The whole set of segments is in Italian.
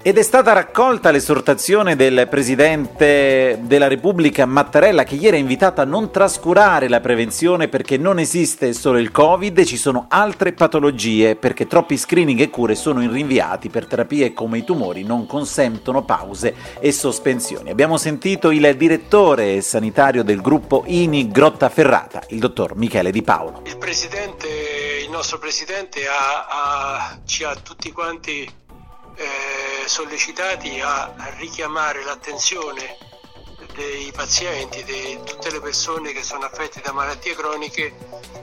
Ed è stata raccolta l'esortazione del Presidente della Repubblica Mattarella, che ieri ha invitato a non trascurare la prevenzione perché non esiste solo il Covid, ci sono altre patologie perché troppi screening e cure sono rinviati per terapie come i tumori non consentono pause e sospensioni. Abbiamo sentito il direttore sanitario del gruppo INI Grottaferrata, il dottor Michele Di Paolo. Il nostro Presidente ci ha tutti quanti sollecitati a richiamare l'attenzione dei pazienti, di tutte le persone che sono affette da malattie croniche,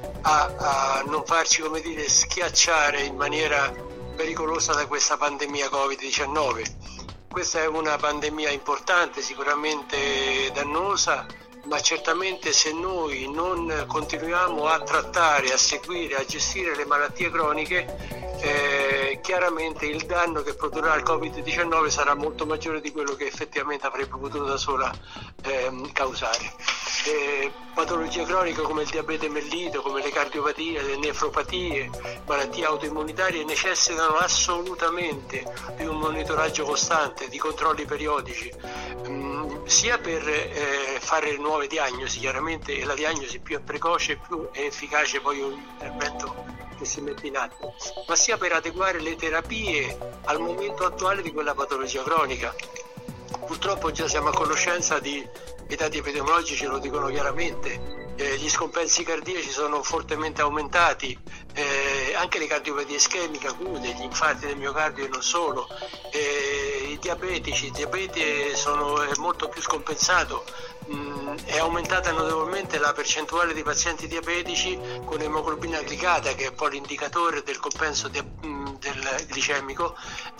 a non farci, schiacciare in maniera pericolosa da questa pandemia Covid-19. Questa è una pandemia importante, sicuramente dannosa, ma certamente se noi non continuiamo a trattare, a seguire, a gestire le malattie croniche, chiaramente il danno che produrrà il Covid-19 sarà molto maggiore di quello che effettivamente avrebbe potuto da sola causare. Patologie croniche come il diabete mellito, come le cardiopatie, le nefropatie, malattie autoimmunitarie necessitano assolutamente di un monitoraggio costante, di controlli periodici, sia per fare nuove diagnosi, chiaramente, e la diagnosi più è precoce più è efficace poi un intervento che si mette in atto, ma sia per adeguare le terapie al momento attuale di quella patologia cronica. Purtroppo già siamo a conoscenza i dati epidemiologici lo dicono chiaramente, gli scompensi cardiaci sono fortemente aumentati, anche le cardiopatie ischemiche acute, gli infarti del miocardio e non solo, il diabete è molto più scompensato, è aumentata notevolmente la percentuale di pazienti diabetici con emoglobina glicata, che è poi l'indicatore del compenso del glicemico,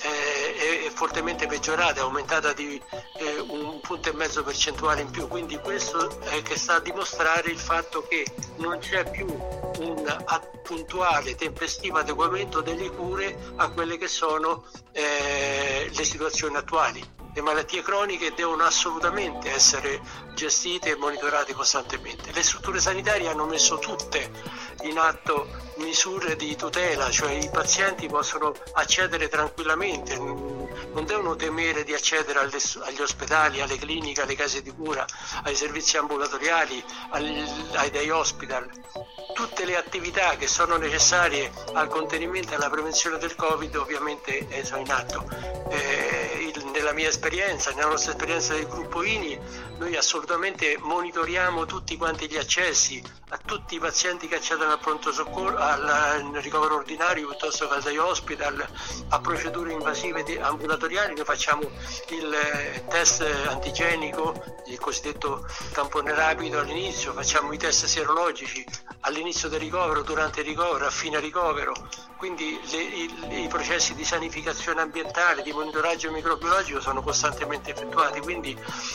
è fortemente peggiorata, è aumentata di 1,5 punti percentuale in più, quindi questo è che sta a dimostrare il fatto che non c'è più un puntuale, tempestivo adeguamento delle cure a quelle che sono le situazioni attuali. Le malattie croniche devono assolutamente essere gestite e monitorate costantemente. Le strutture sanitarie hanno messo tutte in atto misure di tutela, cioè i pazienti possono accedere tranquillamente, non devono temere di accedere agli ospedali, alle cliniche, alle case di cura, ai servizi ambulatoriali, ai day hospital. Tutte le attività che sono necessarie al contenimento e alla prevenzione del Covid ovviamente sono in atto. Nella mia esperienza, nella nostra esperienza del gruppo INI, noi assolutamente monitoriamo tutti quanti gli accessi a tutti i pazienti che accedono al pronto soccorso, al ricovero ordinario piuttosto che al day hospital, a procedure invasive ambulatoriali. Noi facciamo il test antigenico, il cosiddetto tampone rapido all'inizio, facciamo i test sierologici all'inizio del ricovero, durante il ricovero, a fine ricovero, quindi i processi di sanificazione ambientale, di monitoraggio microbiologico sono costantemente effettuati, quindi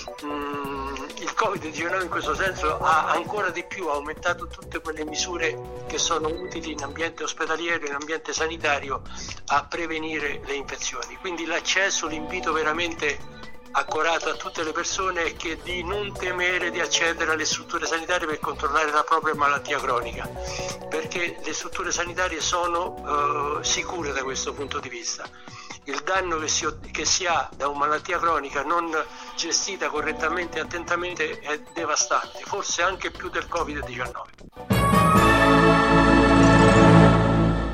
il Covid-19 in questo senso ha ancora di più aumentato tutte quelle misure che sono utili in ambiente ospedaliero, in ambiente sanitario, a prevenire le infezioni. Quindi l'accesso, l'invito veramente accorato a tutte le persone è che di non temere di accedere alle strutture sanitarie per controllare la propria malattia cronica, perché le strutture sanitarie sono sicure da questo punto di vista. Il danno che si ha da una malattia cronica non gestita correttamente e attentamente è devastante, forse anche più del Covid-19.